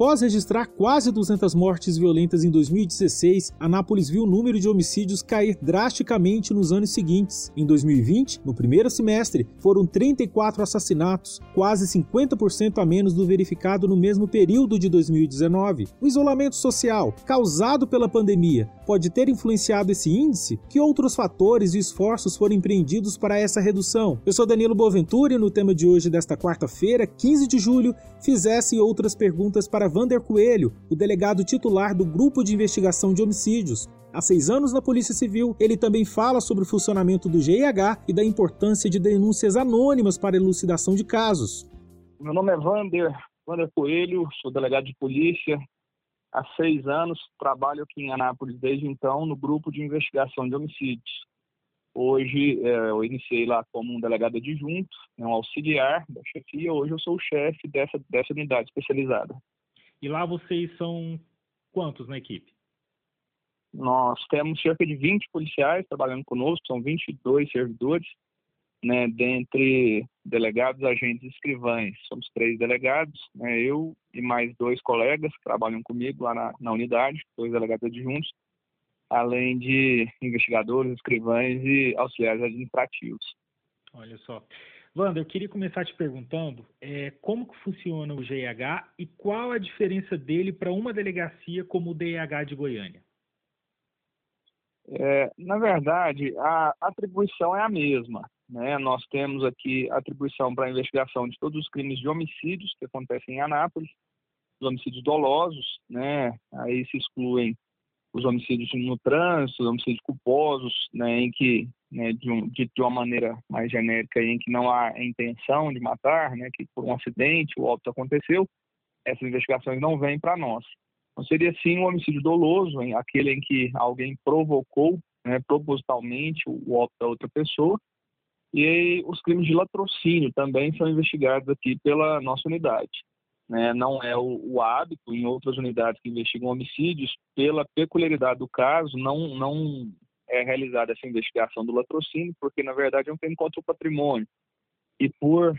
Após registrar quase 200 mortes violentas em 2016, Anápolis viu o número de homicídios cair drasticamente nos anos seguintes. Em 2020, no primeiro semestre, foram 34 assassinatos, quase 50% a menos do verificado no mesmo período de 2019. O isolamento social, causado pela pandemia, pode ter influenciado esse índice? Que outros fatores e esforços foram empreendidos para essa redução? Eu sou Danilo Boaventura e no tema de hoje desta quarta-feira, 15 de julho, fiz essa e outras perguntas para Wander Coelho, o delegado titular do Grupo de Investigação de Homicídios. Há 6 anos na Polícia Civil, ele também fala sobre o funcionamento do GIH e da importância de denúncias anônimas para elucidação de casos. Meu nome é Wander Coelho, sou delegado de polícia. Há 6 anos, trabalho aqui em Anápolis desde então no Grupo de Investigação de Homicídios. Hoje eu iniciei lá como um delegado adjunto, um auxiliar da chefia. Hoje eu sou o chefe dessa unidade especializada. E lá vocês são quantos na equipe? Nós temos cerca de 20 policiais trabalhando conosco, são 22 servidores, né, dentre delegados, agentes e escrivães. Somos 3 delegados, né, eu e mais 2 colegas que trabalham comigo lá na unidade, 2 delegados adjuntos, além de investigadores, escrivães e auxiliares administrativos. Olha só. Wander, eu queria começar te perguntando como que funciona o GIH e qual a diferença dele para uma delegacia como o DIH de Goiânia? Na verdade, a atribuição é a mesma, né? Nós temos aqui a atribuição para a investigação de todos os crimes de homicídios que acontecem em Anápolis, os homicídios dolosos, né? Aí se excluem os homicídios no trânsito, os homicídios culposos, né, em que, né, de uma maneira mais genérica, em que não há intenção de matar, né, que por um acidente o óbito aconteceu, essas investigações não vêm para nós. Então seria sim um homicídio doloso, aquele em que alguém provocou, né, propositalmente o óbito da outra pessoa, e aí, os crimes de latrocínio também são investigados aqui pela nossa unidade. Não é o hábito em outras unidades que investigam homicídios, pela peculiaridade do caso, não é realizada essa investigação do latrocínio, porque na verdade é um crime contra o patrimônio. E por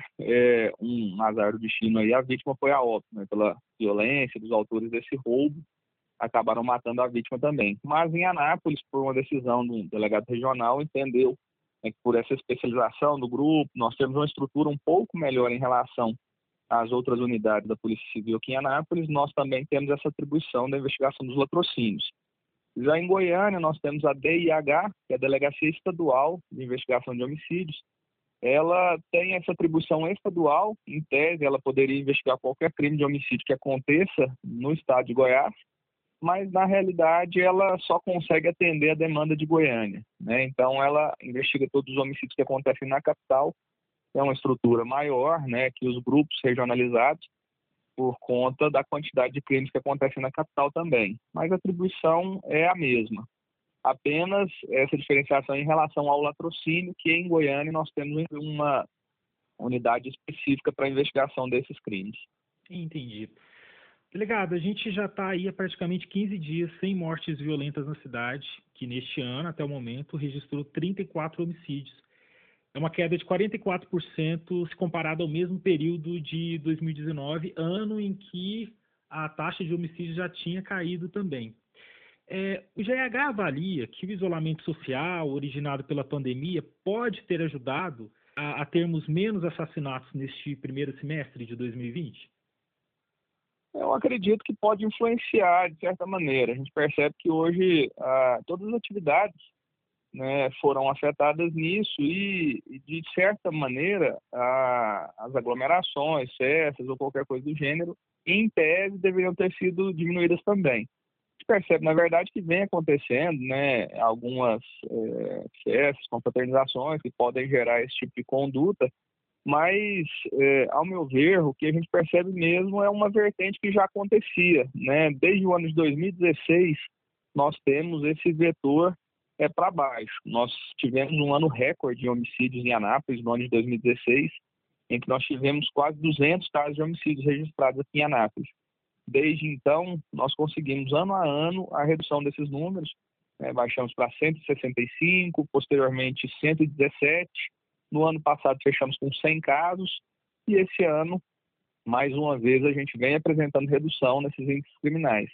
um azar do destino aí, a vítima foi a óbito, né, pela violência dos autores desse roubo, acabaram matando a vítima também. Mas em Anápolis, por uma decisão do delegado regional, entendeu, né, que por essa especialização do grupo, nós temos uma estrutura um pouco melhor em relação as outras unidades da Polícia Civil aqui em Anápolis, nós também temos essa atribuição da investigação dos latrocínios. Já em Goiânia, nós temos a DIH, que é a Delegacia Estadual de Investigação de Homicídios. Ela tem essa atribuição estadual, em tese, ela poderia investigar qualquer crime de homicídio que aconteça no estado de Goiás, mas na realidade ela só consegue atender a demanda de Goiânia, né? Então ela investiga todos os homicídios que acontecem na capital. É uma estrutura maior, né, que os grupos regionalizados, por conta da quantidade de crimes que acontecem na capital também. Mas a atribuição é a mesma. Apenas essa diferenciação em relação ao latrocínio, que em Goiânia nós temos uma unidade específica para a investigação desses crimes. Entendi. Delegado, a gente já está aí há praticamente 15 dias sem mortes violentas na cidade, que neste ano, até o momento, registrou 34 homicídios. É uma queda de 44% se comparado ao mesmo período de 2019, ano em que a taxa de homicídio já tinha caído também. O GIH avalia que o isolamento social originado pela pandemia pode ter ajudado a termos menos assassinatos neste primeiro semestre de 2020? Eu acredito que pode influenciar, de certa maneira. A gente percebe que hoje todas as atividades, né, foram afetadas nisso e, de certa maneira, as aglomerações, festas ou qualquer coisa do gênero, em tese, deveriam ter sido diminuídas também. A gente percebe, na verdade, que vem acontecendo, né, algumas festas, confraternizações que podem gerar esse tipo de conduta, mas, ao meu ver, o que a gente percebe mesmo é uma vertente que já acontecia, né? Desde o ano de 2016, nós temos esse vetor para baixo. Nós tivemos um ano recorde de homicídios em Anápolis no ano de 2016, em que nós tivemos quase 200 casos de homicídios registrados aqui em Anápolis. Desde então, nós conseguimos ano a ano a redução desses números, né? Baixamos para 165, posteriormente 117. No ano passado fechamos com 100 casos e esse ano mais uma vez a gente vem apresentando redução nesses índices criminais.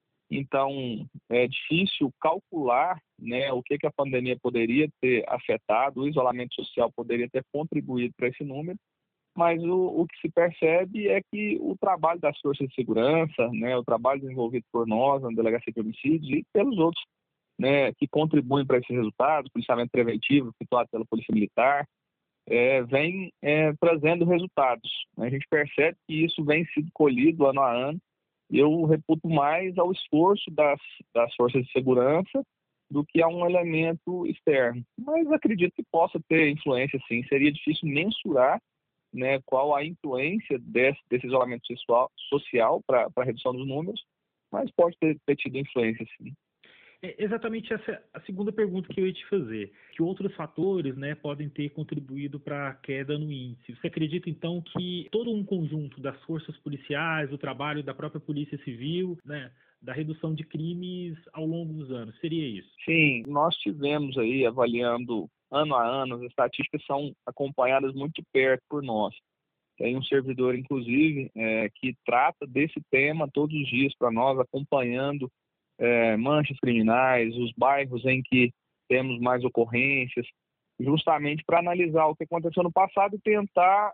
Então, é difícil calcular, né, o que a pandemia poderia ter afetado, o isolamento social poderia ter contribuído para esse número, mas o que se percebe é que o trabalho das forças de segurança, né, o trabalho desenvolvido por nós na Delegacia de Homicídios e pelos outros, né, que contribuem para esses resultados, policiamento preventivo, efetuado pela Polícia Militar, vem trazendo resultados. A gente percebe que isso vem sendo colhido ano a ano. Eu reputo mais ao esforço das forças de segurança do que a um elemento externo. Mas acredito que possa ter influência, sim. Seria difícil mensurar, né, qual a influência desse isolamento social para a redução dos números, mas pode ter tido influência, sim. Exatamente essa é a segunda pergunta que eu ia te fazer. Que outros fatores, né, podem ter contribuído para a queda no índice? Você acredita, então, que todo um conjunto das forças policiais, do trabalho da própria Polícia Civil, né, da redução de crimes ao longo dos anos, seria isso? Sim, nós tivemos aí, avaliando ano a ano, as estatísticas são acompanhadas muito de perto por nós. Tem um servidor, inclusive, que trata desse tema todos os dias para nós, acompanhando manchas criminais, os bairros em que temos mais ocorrências, justamente para analisar o que aconteceu no passado e tentar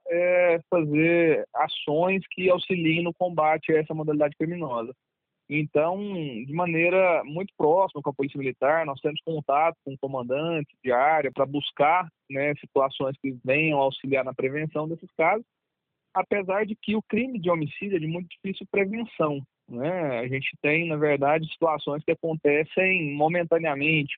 fazer ações que auxiliem no combate a essa modalidade criminosa. Então, de maneira muito próxima com a Polícia Militar, nós temos contato com o comandante de área para buscar, né, situações que venham auxiliar na prevenção desses casos, apesar de que o crime de homicídio é de muito difícil prevenção, né? A gente tem, na verdade, situações que acontecem momentaneamente.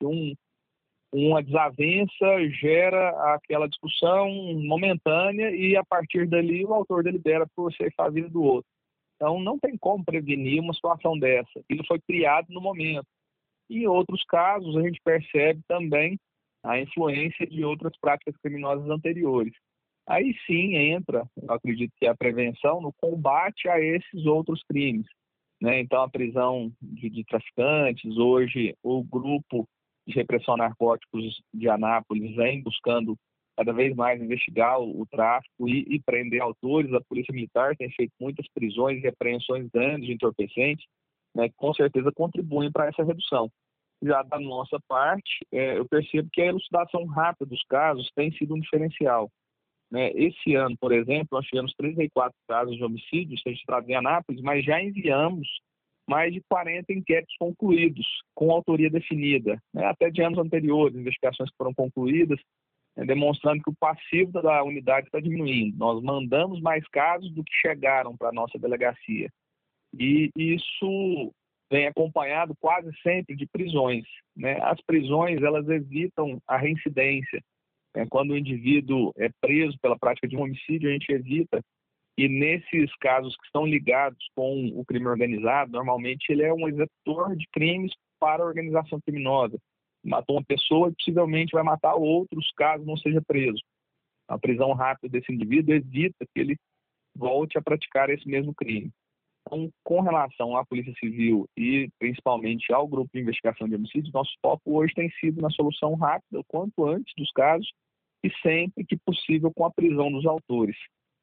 Uma desavença gera aquela discussão momentânea e, a partir dali, o autor delibera por ceifar a vida do outro. Então, não tem como prevenir uma situação dessa. Isso foi criado no momento. E em outros casos, a gente percebe também a influência de outras práticas criminosas anteriores. Aí sim entra, eu acredito que a prevenção no combate a esses outros crimes, né? Então, a prisão de traficantes, hoje o grupo de repressão a narcóticos de Anápolis vem buscando cada vez mais investigar o tráfico e prender autores. A Polícia Militar tem feito muitas prisões e apreensões grandes de entorpecentes, né, que com certeza contribuem para essa redução. Já da nossa parte, eu percebo que a elucidação rápida dos casos tem sido um diferencial. Esse ano, por exemplo, nós tivemos 34 casos de homicídios registrados em Anápolis, mas já enviamos mais de 40 inquéritos concluídos, com autoria definida, né? Até de anos anteriores, investigações que foram concluídas, demonstrando que o passivo da unidade está diminuindo. Nós mandamos mais casos do que chegaram para a nossa delegacia. E isso vem acompanhado quase sempre de prisões, né? As prisões, elas evitam a reincidência. Quando o indivíduo é preso pela prática de um homicídio, a gente evita. E nesses casos que estão ligados com o crime organizado, normalmente ele é um executor de crimes para a organização criminosa. Matou uma pessoa e possivelmente vai matar outros caso não seja preso. A prisão rápida desse indivíduo evita que ele volte a praticar esse mesmo crime. Então, com relação à Polícia Civil e principalmente ao grupo de investigação de homicídios, nosso foco hoje tem sido na solução rápida, o quanto antes dos casos, e sempre que possível com a prisão dos autores.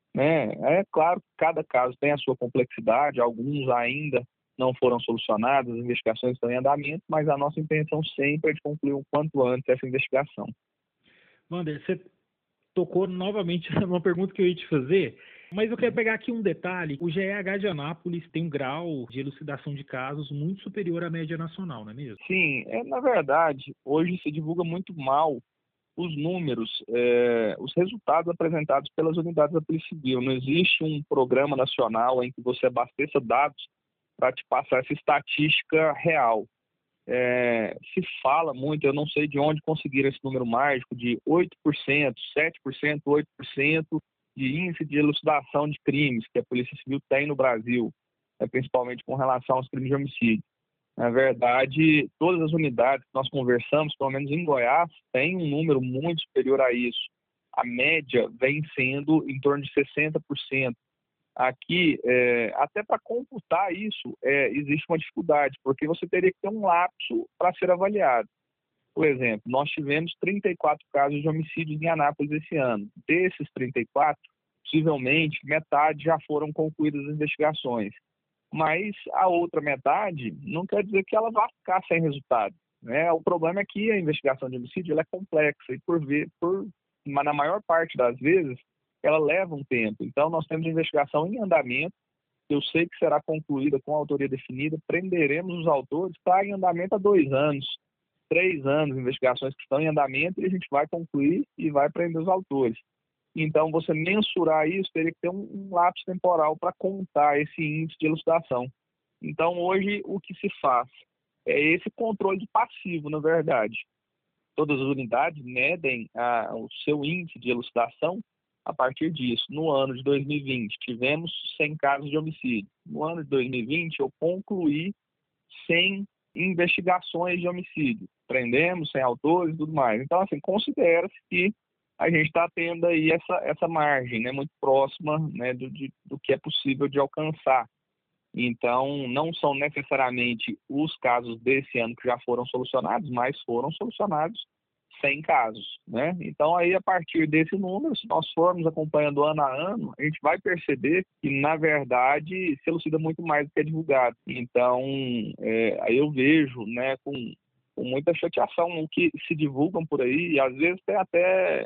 É claro que cada caso tem a sua complexidade, alguns ainda não foram solucionados, as investigações estão em andamento, mas a nossa intenção sempre é de concluir o quanto antes essa investigação. Wander, você tocou novamente numa pergunta que eu ia te fazer, mas eu quero pegar aqui um detalhe. O GEH de Anápolis tem um grau de elucidação de casos muito superior à média nacional, não é mesmo? Sim, na verdade, hoje se divulga muito mal os números, os resultados apresentados pelas unidades da Polícia Civil. Não existe um programa nacional em que você abasteça dados para te passar essa estatística real. Se fala muito, eu não sei de onde conseguiram esse número mágico de 8%, 7%, 8% de índice de elucidação de crimes que a Polícia Civil tem no Brasil, principalmente com relação aos crimes de homicídio. Na verdade, todas as unidades que nós conversamos, pelo menos em Goiás, têm um número muito superior a isso. A média vem sendo em torno de 60%. Aqui, até para computar isso, existe uma dificuldade, porque você teria que ter um lapso para ser avaliado. Por exemplo, nós tivemos 34 casos de homicídios em Anápolis esse ano. Desses 34, possivelmente metade já foram concluídas as investigações. Mas a outra metade não quer dizer que ela vá ficar sem resultado, né? O problema é que a investigação de homicídio ela é complexa e mas na maior parte das vezes ela leva um tempo. Então nós temos investigação em andamento, eu sei que será concluída com a autoria definida, prenderemos os autores, está em andamento há 2 anos, 3 anos, investigações que estão em andamento e a gente vai concluir e vai prender os autores. Então, você mensurar isso, teria que ter um lapso temporal para contar esse índice de elucidação. Então, hoje, o que se faz é esse controle passivo, na verdade. Todas as unidades medem o seu índice de elucidação a partir disso. No ano de 2020, tivemos 100 casos de homicídio. No ano de 2020, eu concluí 100 investigações de homicídio. Prendemos 100 autores e tudo mais. Então, assim, considera-se que a gente está tendo aí essa margem, né, muito próxima, né, do que é possível de alcançar. Então, não são necessariamente os casos desse ano que já foram solucionados, mas foram solucionados 100 casos, né? Então, aí, a partir desse número, se nós formos acompanhando ano a ano, a gente vai perceber que, na verdade, se elucida muito mais do que é divulgado. Então, aí eu vejo, né, com muita chateação o que se divulgam por aí, e às vezes tem até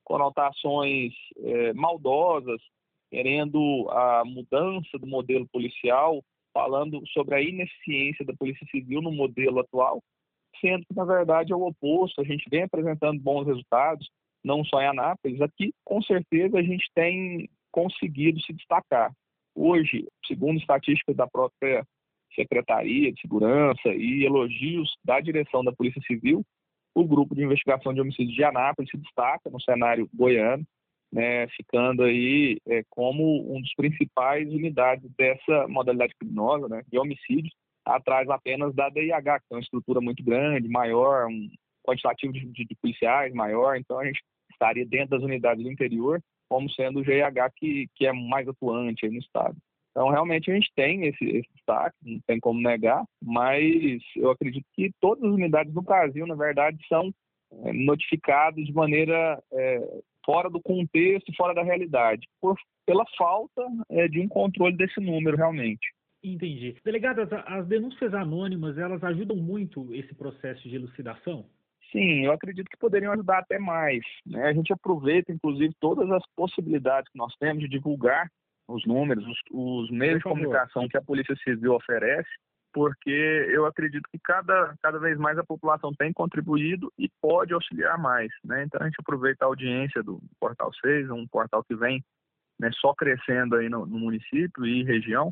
conotações maldosas, querendo a mudança do modelo policial, falando sobre a ineficiência da Polícia Civil no modelo atual, sendo que, na verdade, é o oposto. A gente vem apresentando bons resultados, não só em Anápolis. Aqui, com certeza, a gente tem conseguido se destacar. Hoje, segundo estatísticas da própria Secretaria de Segurança e elogios da direção da Polícia Civil, o grupo de investigação de homicídios de Anápolis se destaca no cenário goiano, né, ficando aí como um dos principais unidades dessa modalidade criminosa, né, de homicídios, atrás apenas da DIH, que é uma estrutura muito grande, maior, um quantitativo de policiais maior. Então a gente estaria dentro das unidades do interior como sendo o GIH que é mais atuante aí no estado. Então, realmente, a gente tem esse destaque, não tem como negar, mas eu acredito que todas as unidades do Brasil, na verdade, são notificadas de maneira fora do contexto, fora da realidade, pela falta de um controle desse número, realmente. Entendi. Delegado, as denúncias anônimas, elas ajudam muito esse processo de elucidação? Sim, eu acredito que poderiam ajudar até mais, né? A gente aproveita, inclusive, todas as possibilidades que nós temos de divulgar os números, os meios de comunicação que a Polícia Civil oferece, porque eu acredito que cada vez mais a população tem contribuído e pode auxiliar mais, né? Então a gente aproveita a audiência do Portal 6, um portal que vem, né, só crescendo aí no município e região,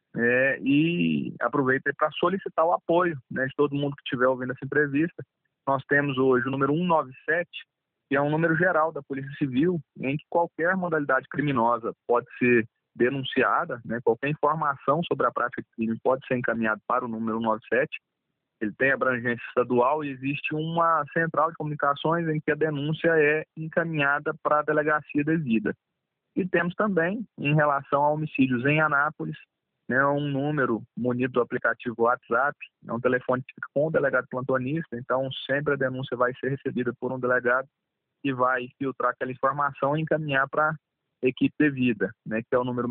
e aproveita para solicitar o apoio, né, de todo mundo que estiver ouvindo essa entrevista. Nós temos hoje o número 197, que é um número geral da Polícia Civil, em que qualquer modalidade criminosa pode ser denunciada, né? Qualquer informação sobre a prática de crime pode ser encaminhada para o número 197. Ele tem abrangência estadual e existe uma central de comunicações em que a denúncia é encaminhada para a delegacia devida. E temos também, em relação a homicídios em Anápolis, né, um número munido do aplicativo WhatsApp, é um telefone que fica com o delegado plantonista, então sempre a denúncia vai ser recebida por um delegado que vai filtrar aquela informação e encaminhar para a equipe devida, né, que é o número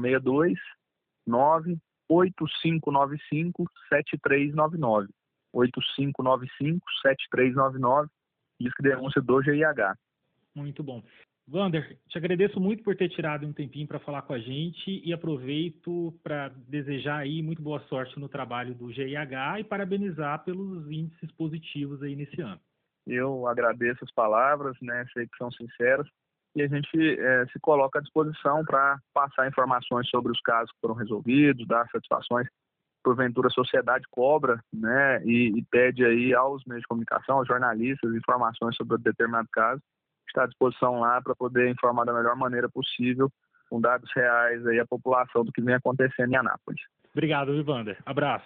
629-8595-7399. 8595-7399, diz que denúncia do GIH. Muito bom. Wander, te agradeço muito por ter tirado um tempinho para falar com a gente e aproveito para desejar aí muito boa sorte no trabalho do GIH e parabenizar pelos índices positivos aí nesse ano. Eu agradeço as palavras, né, sei que são sinceras, e a gente se coloca à disposição para passar informações sobre os casos que foram resolvidos, dar satisfações. Porventura a sociedade cobra, né, e pede aí aos meios de comunicação, aos jornalistas, informações sobre determinado caso. Está à disposição lá para poder informar da melhor maneira possível, com dados reais aí a população do que vem acontecendo em Anápolis. Obrigado, Wander. Abraço.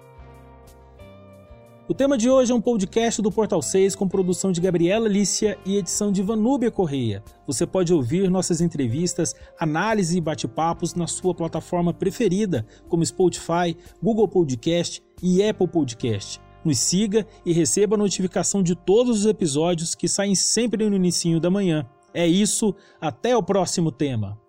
O tema de hoje é um podcast do Portal 6 com produção de Gabriela Lícia e edição de Vanúbia Correia. Você pode ouvir nossas entrevistas, análise e bate-papos na sua plataforma preferida, como Spotify, Google Podcast e Apple Podcast. Nos siga e receba a notificação de todos os episódios que saem sempre no inicinho da manhã. É isso, até o próximo tema.